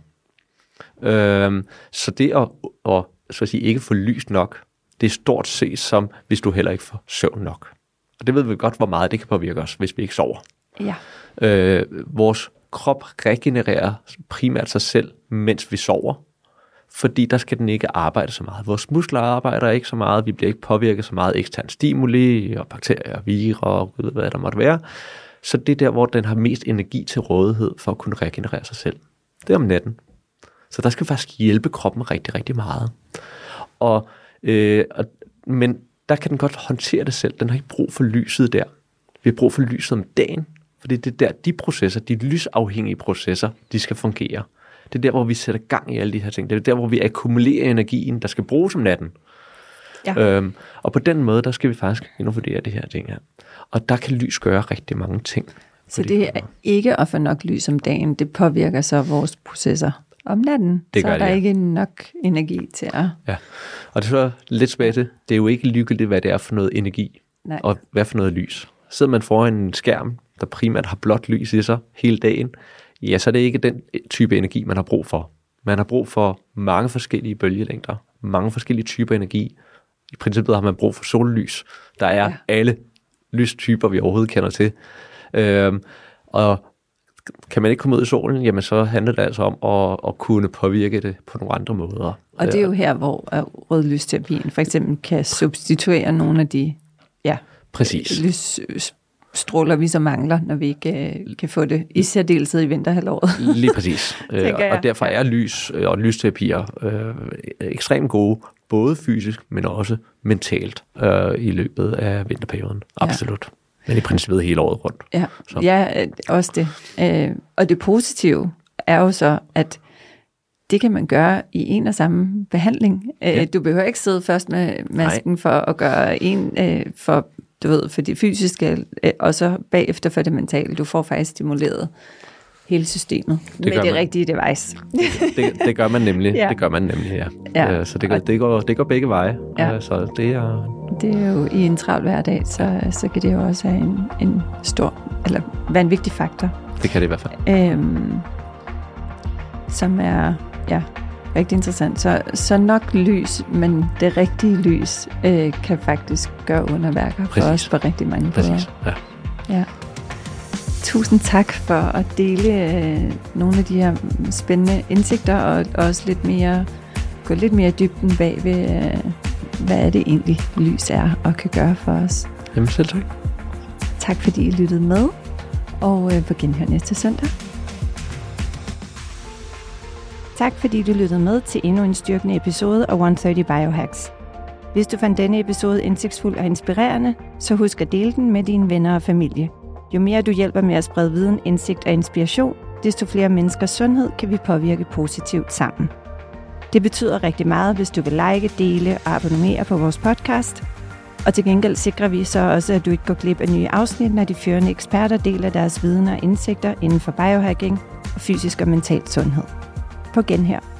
Øhm, så det at, at så at sige, ikke få lys nok, det er stort set som, hvis du heller ikke får søvn nok. Og det ved vi godt, hvor meget det kan påvirke os, hvis vi ikke sover. Ja. Øh, vores krop regenererer primært sig selv, mens vi sover, fordi der skal den ikke arbejde så meget. Vores muskler arbejder ikke så meget, vi bliver ikke påvirket så meget ekstern stimuli og bakterier og virer og hvad der måtte være. Så det er der, hvor den har mest energi til rådighed for at kunne regenerere sig selv. Det er om natten. Så der skal faktisk hjælpe kroppen rigtig, rigtig meget. Og, øh, og, men der kan den godt håndtere det selv. Den har ikke brug for lyset der. Vi har brug for lyset om dagen, fordi det er der, de processer, de lysafhængige processer, de skal fungere. Det er der, hvor vi sætter gang i alle de her ting. Det er der, hvor vi akkumulerer energien, der skal bruges om natten. Ja. Øhm, og på den måde, der skal vi faktisk innovere det her ting her. Og der kan lys gøre rigtig mange ting. Så det er ikke at få nok lys om dagen, det påvirker så vores processer om natten. Det så er der det, ja. ikke nok energi til at... Ja, og det er så lidt tilbage til, det er jo ikke ligegyldigt, hvad det er for noget energi, Nej. og hvad for noget lys. Sidder man foran en skærm, der primært har blåt lys i sig hele dagen, ja, så er det ikke den type energi, man har brug for. Man har brug for mange forskellige bølgelængder, mange forskellige typer energi. I princippet har man brug for sollys. Der er ja. alle lystyper, vi overhovedet kender til. Øhm, og kan man ikke komme ud i solen, jamen så handler det altså om at, at kunne påvirke det på nogle andre måder. Og det er jo her, hvor rødlysterapien for eksempel kan substituere nogle af de ja, Præcis. lysstråler, vi så mangler, når vi ikke uh, kan få det i særdeleshed i vinterhalvåret. Lige præcis. Og derfor er lys og lysterapier øh, ekstremt gode, både fysisk, men også mentalt øh, i løbet af vinterperioden. Absolut. Ja. Men i princippet hele året rundt. Ja, ja også det. Øh, og det positive er jo så, at det kan man gøre i en og samme behandling. Ja. Du behøver ikke sidde først med masken Nej. for at gøre en øh, for, du ved, for det fysiske, øh, og så bagefter for det mentale. Du får faktisk stimuleret hele systemet det med det man. rigtige device. det, det gør man nemlig. Ja. Det gør man nemlig, ja. ja. Så det går, det, går, det går begge veje. Ja. Så det er... Det er jo i en travl hverdag, så, så kan det jo også have en, en stor, eller være en vigtig faktor. Det kan det i hvert fald. Øhm, som er, ja, rigtig interessant. Så, så nok lys, men det rigtige lys øh, kan faktisk gøre underværker Præcis. for os på rigtig mange Præcis. måder. Ja. ja. Tusind tak for at dele øh, nogle af de her spændende indsigter, og også lidt mere, gå lidt mere i dybden bag ved, øh, hvad er det egentlig lys er og kan gøre for os. Jamen selv tak. Tak fordi I lyttede med, og øh, på genhør næste søndag. Tak fordi du lyttede med til endnu en styrkende episode af et hundrede og tretti Biohacks. Hvis du fandt denne episode indsigtsfuld og inspirerende, så husk at dele den med dine venner og familie. Jo mere du hjælper med at sprede viden, indsigt og inspiration, desto flere menneskers sundhed kan vi påvirke positivt sammen. Det betyder rigtig meget, hvis du vil like, dele og abonnere på vores podcast. Og til gengæld sikrer vi så også, at du ikke går glip af nye afsnit, når de førende eksperter deler deres viden og indsigter inden for biohacking og fysisk og mental sundhed. På genhør.